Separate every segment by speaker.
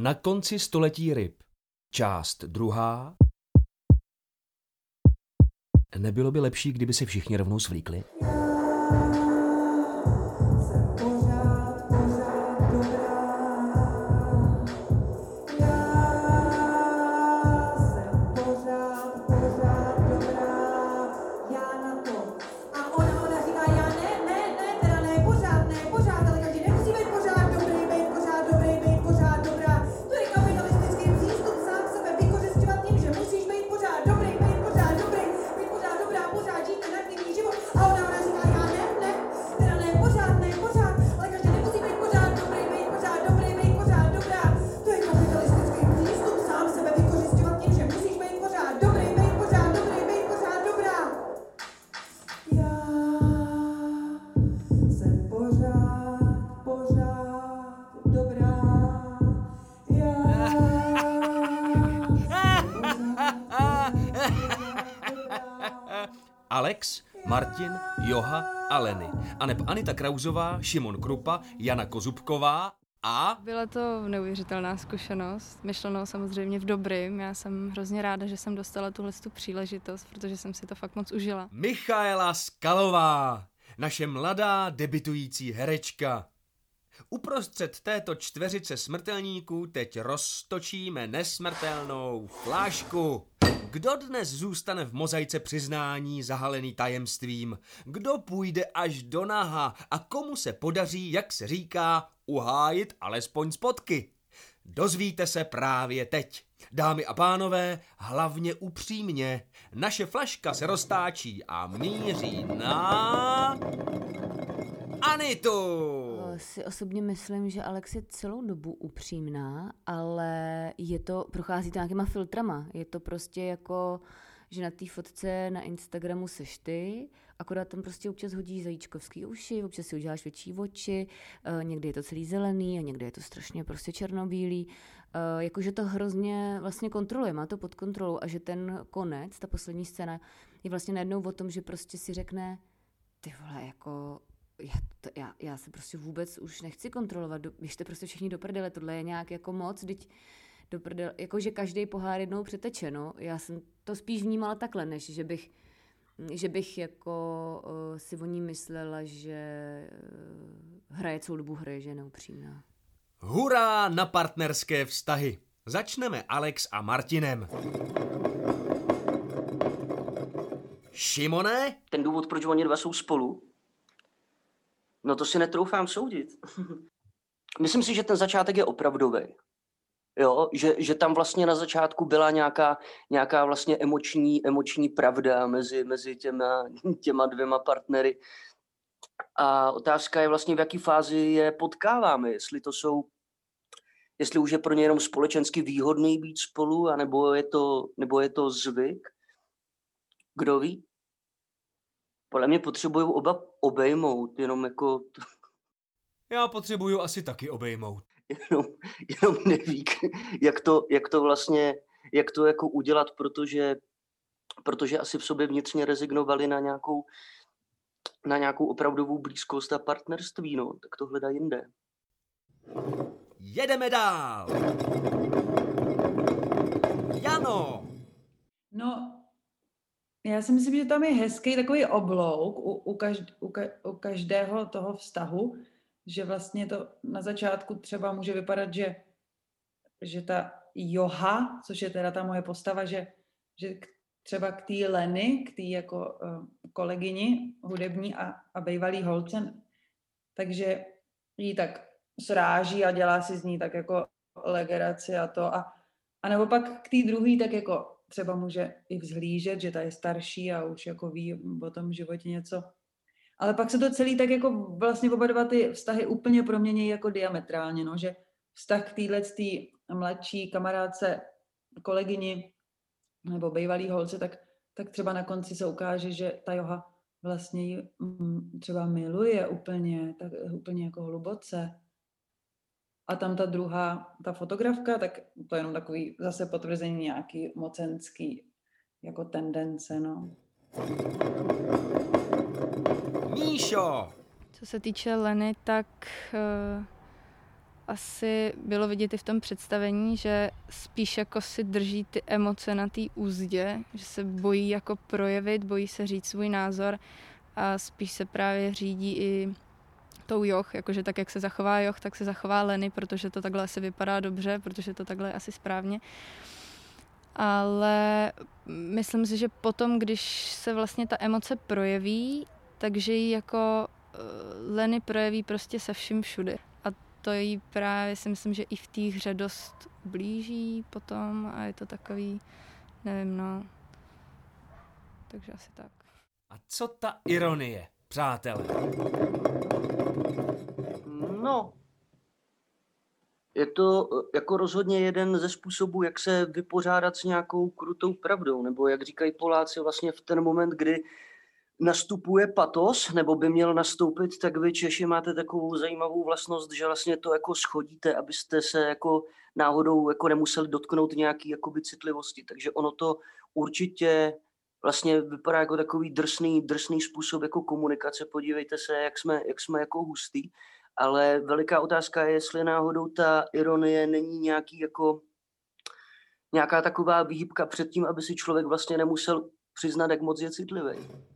Speaker 1: Na konci století ryb. Část 2. Nebylo by lepší, kdyby se všichni rovnou svlíkli? Alex, Martin, Joha a Leny. Aneb Anita Krausová, Šimon Krupa, Jana Kozubková a...
Speaker 2: Byla to neuvěřitelná zkušenost, myšleno samozřejmě v dobrým. Já jsem hrozně ráda, že jsem dostala tu příležitost, protože jsem si to fakt moc užila.
Speaker 1: Michaela Skalová, naše mladá debitující herečka. Uprostřed této čtveřice smrtelníků teď roztočíme nesmrtelnou flášku. Kdo dnes zůstane v mozaice přiznání zahalený tajemstvím? Kdo půjde až do naha a komu se podaří, jak se říká, uhájit alespoň spotky? Dozvíte se právě teď. Dámy a pánové, hlavně upřímně. Naše flaška se roztáčí a míří na... Anitu!
Speaker 3: Si osobně myslím, že Alex je celou dobu upřímná, ale prochází to nějakýma filtrama. Je to prostě jako, že na té fotce na Instagramu seš ty, akorát tam prostě občas hodíš zajíčkovský uši, občas si uděláš větší oči, někdy je to celý zelený a někdy je to strašně prostě černobílý. Jakože to hrozně vlastně kontroluje, má to pod kontrolou a že ten konec, ta poslední scéna, je vlastně najednou o tom, že prostě si řekne, ty vole, jako... Já se prostě vůbec už nechci kontrolovat, běžte prostě všichni do prdele, tohle je nějak jako moc, teď do prdele, jakože každý pohár jednou přeteče, no. Já jsem to spíš vnímala takhle, než že bych jako si o ní myslela, že hraje celou dobu hry, že je neupřímná.
Speaker 1: Hurá na partnerské vztahy! Začneme Alex a Martinem. Šimone?
Speaker 4: Ten důvod, proč oni dva jsou spolu? No to si netroufám soudit. Myslím si, že ten začátek je opravdový. Jo, že tam vlastně na začátku byla nějaká vlastně emoční pravda mezi těma dvěma partnery. A otázka je vlastně, v jaký fázi je potkáváme. Jestli už je pro ně jenom společensky výhodný být spolu, anebo je to zvyk. Kdo ví? Podle mě potřebují oba obejmout, jenom jako...
Speaker 1: Já potřebuju asi taky obejmout.
Speaker 4: Jenom neví, jak to jako udělat, protože asi v sobě vnitřně rezignovali na nějakou opravdovou blízkost a partnerství, no, tak to hledá jinde.
Speaker 1: Jedeme dál! Jano!
Speaker 5: No, já si myslím, že tam je hezký takový oblouk u každého toho vztahu, že vlastně to na začátku třeba může vypadat, že ta Joha, což je teda ta moje postava, že třeba k té Leny, k té jako kolegyni hudební a bejvalý holce, takže jí tak sráží a dělá si z ní tak jako legraci a to. A nebo pak k té druhé tak jako třeba může i vzhlížet, že ta je starší a už jako ví o tom životě něco. Ale pak se to celý tak jako vlastně oba dva ty vztahy úplně promění jako diametrálně, no, že vztah k téhletý mladší kamarádce, kolegyni nebo bejvalý holce, tak třeba na konci se ukáže, že ta Joha vlastně ji třeba miluje úplně jako hluboce. A tam ta druhá, ta fotografka, tak to je jenom takový zase potvrzení nějaký mocenský jako tendence, no.
Speaker 1: Míšo!
Speaker 2: Co se týče Leny, tak asi bylo vidět i v tom představení, že spíš jako si drží ty emoce na té úzdě, že se bojí jako projevit, bojí se říct svůj názor a spíš se právě řídí i tou Joch, jakože tak, jak se zachová Joch, tak se zachová Lenny, protože to takhle asi vypadá dobře, protože to takhle je asi správně. Ale myslím si, že potom, když se vlastně ta emoce projeví, takže ji jako Lenny projeví prostě se vším všude. A to jí právě si myslím, že i v té hře dost blíží potom a je to takový, nevím, no. Takže asi tak.
Speaker 1: A co ta ironie, přátelé?
Speaker 4: No, je to jako rozhodně jeden ze způsobů, jak se vypořádat s nějakou krutou pravdou, nebo jak říkají Poláci, vlastně v ten moment, kdy nastupuje patos, nebo by měl nastoupit, tak vy Češi máte takovou zajímavou vlastnost, že vlastně to jako schodíte, abyste se jako náhodou jako nemuseli dotknout nějaký jakoby citlivosti. Takže ono to určitě vlastně vypadá jako takový drsný způsob jako komunikace. Podívejte se, jak jsme jako hustý. Ale veliká otázka je, jestli náhodou ta ironie není nějaká taková výhybka před tím, aby si člověk vlastně nemusel přiznat, jak moc je citlivý.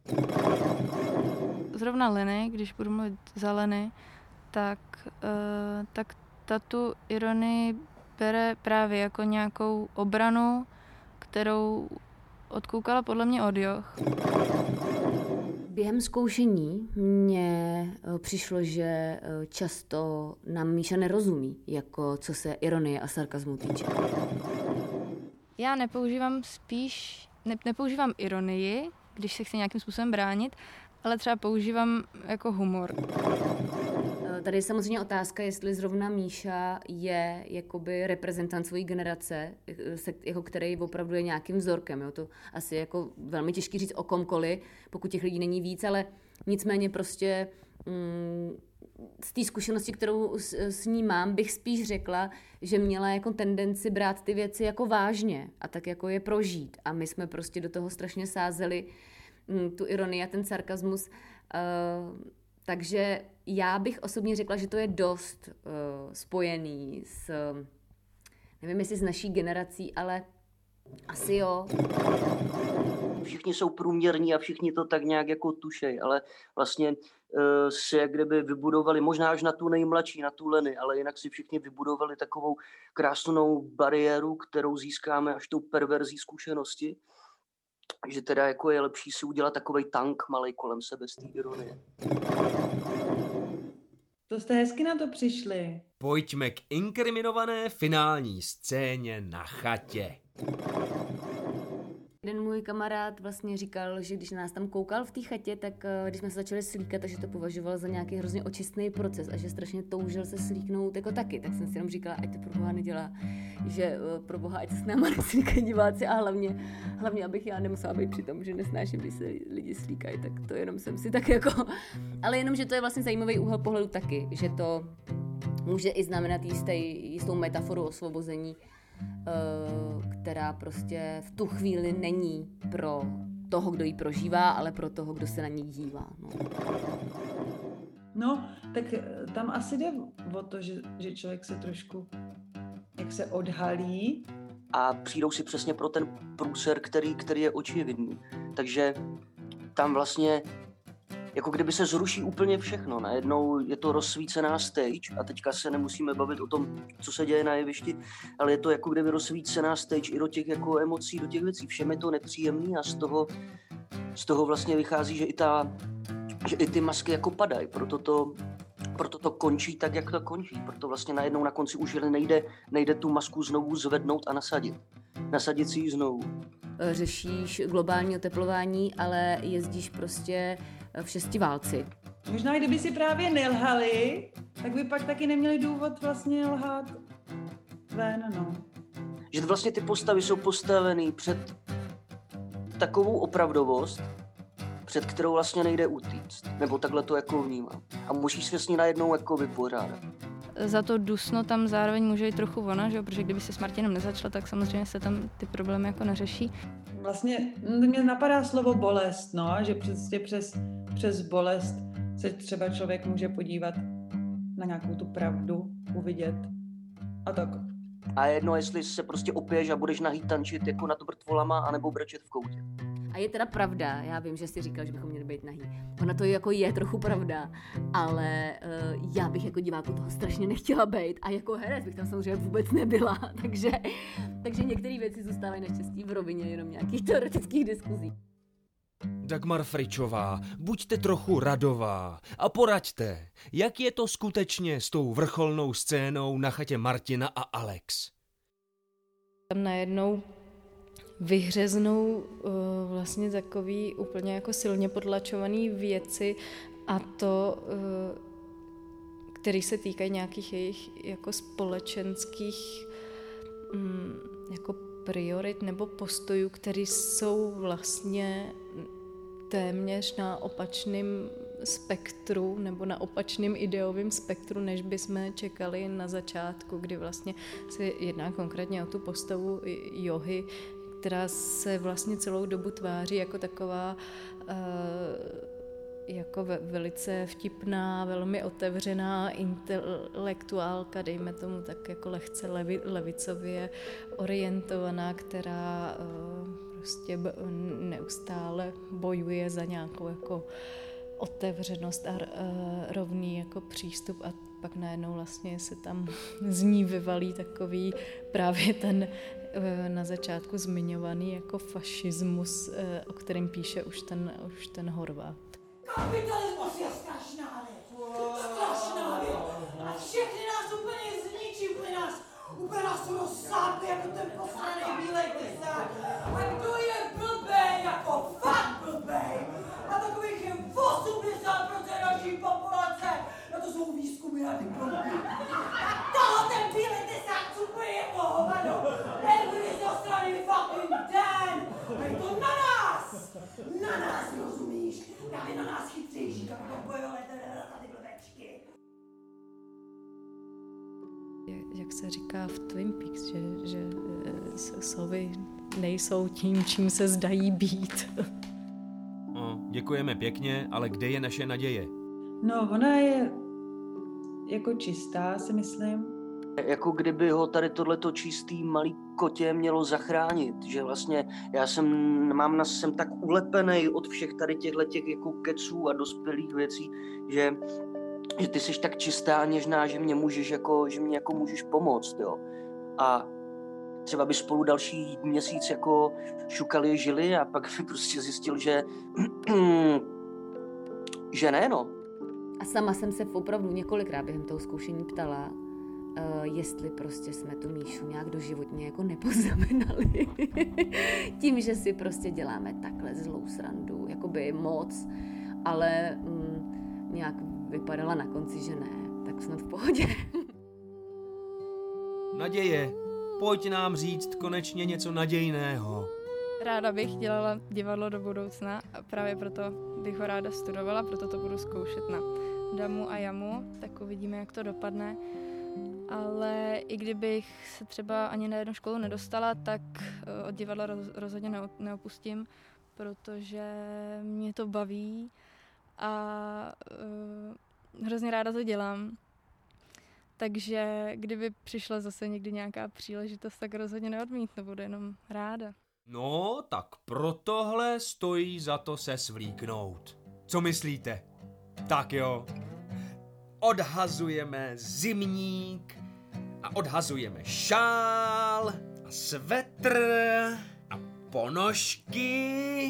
Speaker 2: Zrovna Lenny, když budu mluvit za Lenny, tak ta tu ironii bere právě jako nějakou obranu, kterou odkoukala podle mě od Joch.
Speaker 3: Během zkoušení mně přišlo, že často nám Míša nerozumí, jako co se ironie a sarkazmu týče.
Speaker 2: Já nepoužívám ironii, když se chci nějakým způsobem bránit, ale třeba používám jako humor.
Speaker 3: Tady je samozřejmě otázka, jestli zrovna Míša je jakoby reprezentant svojí generace, jako který opravdu je nějakým vzorkem. Jo? To asi je jako velmi těžký říct o komkoliv, pokud těch lidí není víc, ale nicméně prostě z té zkušenosti, kterou s ní mám, bych spíš řekla, že měla jako tendenci brát ty věci jako vážně a tak jako je prožít. A my jsme prostě do toho strašně sázeli tu ironii a ten sarkazmus. Takže já bych osobně řekla, že to je dost spojený s, nevím jestli s naší generací, ale asi jo.
Speaker 4: Všichni jsou průměrní a všichni to tak nějak jako tušej, ale vlastně si jak kdyby vybudovali, možná až na tu nejmladší, na tu Lenny, ale jinak si všichni vybudovali takovou krásnou bariéru, kterou získáme až tou perverzí zkušenosti, že teda jako je lepší si udělat takovej tank malej kolem sebe z té ironie.
Speaker 5: To jste hezky na to přišli.
Speaker 1: Pojďme k inkriminované finální scéně na chatě.
Speaker 3: Jeden můj kamarád vlastně říkal, že když nás tam koukal v té chatě, tak když jsme se začali slíkat, takže to považoval za nějaký hrozně očistný proces a že strašně toužil se slíknout jako taky. Tak jsem si jenom říkala, ať to pro boha nedělá, že pro boha, ať se s náma neslíkají diváci a hlavně, abych já nemusela být při tom, že nesnáším, když se lidi slíkají, tak to jenom jsem si tak jako... Ale jenom, že to je vlastně zajímavý úhel pohledu taky, že to může i znamenat jistou metaforu osvobození, která prostě v tu chvíli není pro toho, kdo ji prožívá, ale pro toho, kdo se na ní dívá.
Speaker 5: No, tak tam asi jde o to, že člověk se trošku, jak se odhalí.
Speaker 4: A přijdou si přesně pro ten průser, který je očividný. Takže tam vlastně jako kdyby se zruší úplně všechno. Najednou je to rozsvícená stage a teďka se nemusíme bavit o tom, co se děje na jevišti, ale je to jako kdyby rozsvícená stage i do těch jako emocí, do těch věcí. Všem je to nepříjemný a z toho vlastně vychází, že i ty masky jako padají. Proto to končí tak, jak to končí. Proto vlastně najednou na konci už nejde tu masku znovu zvednout a nasadit. Nasadit si ji znovu.
Speaker 3: Řešíš globální oteplování, ale jezdíš prostě v šestiválci.
Speaker 5: Možná, kdyby si právě nelhali, tak by pak taky neměli důvod vlastně lhát ven, no.
Speaker 4: Že vlastně ty postavy jsou postavený před takovou opravdovost, před kterou vlastně nejde utíct. Nebo takhle to jako vnímám. A musíš se s ní najednou jako vypořádat.
Speaker 2: Za to dusno tam zároveň může jít trochu ona, že jo? Protože kdyby se s Martinem nezačala, tak samozřejmě se tam ty problémy jako neřeší.
Speaker 5: Vlastně mě napadá slovo bolest, no, že přes bolest se třeba člověk může podívat na nějakou tu pravdu uvidět a tak.
Speaker 4: A jedno, jestli se prostě opiješ a budeš nahý tančit jako nad mrtvolama, anebo brečet v koutě.
Speaker 3: A je teda pravda, já vím, že jsi říkal, že bychom měli být nahý. Ona to jako je trochu pravda, ale já bych jako diváku toho strašně nechtěla být a jako herec bych tam samozřejmě vůbec nebyla, takže některé věci zůstávají naštěstí v rovině jenom nějakých teoretických diskuzí.
Speaker 1: Dagmar Fričová, buďte trochu radová a poraďte, jak je to skutečně s tou vrcholnou scénou na chatě Martina a Alex.
Speaker 2: Tam najednou vyhřeznou vlastně takový úplně jako silně potlačovaný věci a to, který se týkají nějakých jejich jako společenských jako priorit nebo postojů, které jsou vlastně téměř na opačném spektru nebo na opačném ideovém spektru, než bychom čekali na začátku, kdy vlastně se jedná konkrétně o tu postavu Johy, která se vlastně celou dobu tváří jako taková jako velice vtipná, velmi otevřená intelektuálka, dejme tomu tak jako lehce levicově orientovaná, která prostě neustále bojuje za nějakou jako otevřenost a rovný jako přístup a pak najednou vlastně se tam z ní vyvalí takový právě ten na začátku zmiňovaný jako fašismus, o kterém píše už ten Horváth.
Speaker 6: Kapitalismus je strašná věc. Strašná věc. A všechny nás úplně zničí, úplně nás rozsápy jako ten posraný bílej pisák. A kdo je blbej, jako fakt blbej. A takových je 80% naší populace. Na to jsou výzkumy na diplomky. Toho ten bílej pisák úplně je to hovado. Every zastraný fucking den. A je to na nás. Na nás, rozumíš? Právě na nás chytřejší, jako bojové ty blbečky.
Speaker 2: Jak se říká v Twin Peaks, že sovy nejsou tím, čím se zdají být.
Speaker 1: Děkujeme pěkně, ale kde je naše naděje?
Speaker 5: No, ona je jako čistá, si myslím.
Speaker 4: Jako kdyby ho tady tohleto čistý malý kotě mělo zachránit, že vlastně já jsem tak ulepenej od všech tady těchto jako keců a dospělých věcí, že ty jsi tak čistá a něžná, že mě můžeš pomoct, jo. A třeba by spolu další měsíc jako šukali, žili a pak by prostě zjistil, že ne, no.
Speaker 3: A sama jsem se opravdu několikrát během toho zkoušení ptala, jestli prostě jsme tu Míšu nějak doživotně jako nepoznamenali. Tím, že si prostě děláme takhle zlou srandu, jakoby moc, ale nějak vypadala na konci, že ne, tak snad v pohodě.
Speaker 1: Naděje, pojď nám říct konečně něco nadějného.
Speaker 2: Ráda bych dělala divadlo do budoucna a právě proto bych ho ráda studovala, proto to budu zkoušet na Damu a Jamu, tak uvidíme, jak to dopadne. Ale i kdybych se třeba ani na jednu školu nedostala, tak od divadla rozhodně neopustím, protože mě to baví a hrozně ráda to dělám. Takže kdyby přišla zase někdy nějaká příležitost, tak rozhodně neodmítnu, budu jenom ráda.
Speaker 1: No, tak pro tohle stojí za to se svlíknout. Co myslíte? Tak jo. Odhazujeme zimník a odhazujeme šál a svetr a ponožky,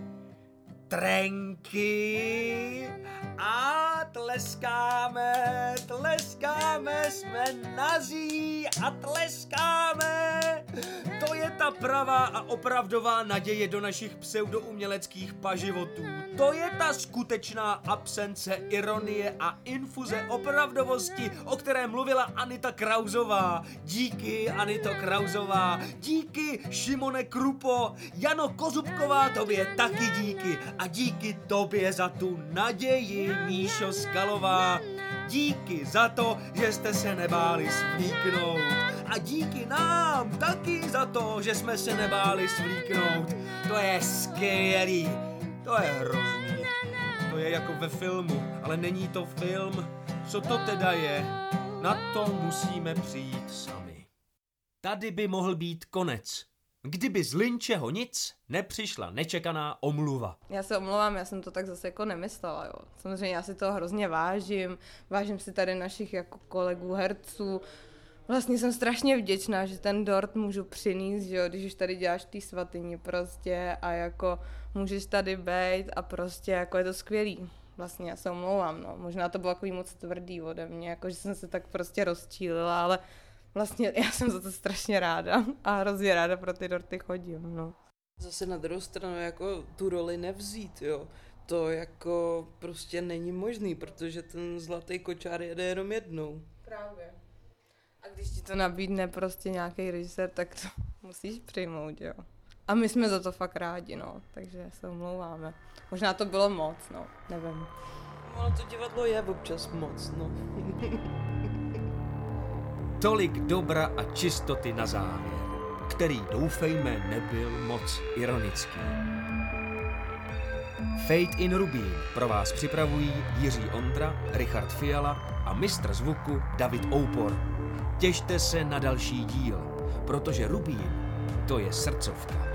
Speaker 1: trenky a tleskáme, jsme nazí a tleskáme. To je ta pravá a opravdová naděje do našich pseudouměleckých paživotů. To je ta skutečná absence ironie a infuze opravdovosti, o které mluvila Anita Krausová. Díky, Anito Krausová. Díky, Šimone Krupo. Jano Kozubková, tobě taky díky. A díky tobě za tu naději, Míšo Skalová. Díky za to, že jste se nebáli svlíknout. A díky nám taky za to, že jsme se nebáli svlíknout. To je skvělý. To je hrozný. To je jako ve filmu, ale není to film. Co to teda je? Na to musíme přijít sami. Tady by mohl být konec. Kdyby z Lynčeho nic nepřišla nečekaná omluva.
Speaker 7: Já se omlouvám, já jsem to tak zase jako nemyslela, jo. Samozřejmě já si toho hrozně vážím si tady našich jako kolegů herců. Vlastně jsem strašně vděčná, že ten dort můžu přinést, že jo, když už tady děláš ty svatyni prostě a jako můžeš tady bejt a prostě jako je to skvělý. Vlastně já se omlouvám, no. Možná to bylo takový moc tvrdý ode mě, jako že jsem se tak prostě rozčílila, ale vlastně já jsem za to strašně ráda a hrozně ráda pro ty dorty chodím, no.
Speaker 8: Zase na druhou stranu jako tu roli nevzít, jo. To jako prostě není možný, protože ten zlatý kočár jede jenom jednou.
Speaker 7: Právě. A když ti to nabídne prostě nějaký režisér, tak to musíš přijmout, jo. A my jsme za to fakt rádi, no, takže se omlouváme. Možná to bylo moc, no, nevím.
Speaker 8: Ale to divadlo je občas moc, no.
Speaker 1: Tolik dobra a čistoty na závěr, který doufejme nebyl moc ironický. Fate in Rubín pro vás připravují Jiří Ondra, Richard Fiala a mistr zvuku David Oupor. Těšte se na další díl, protože Rubín to je srdcovka.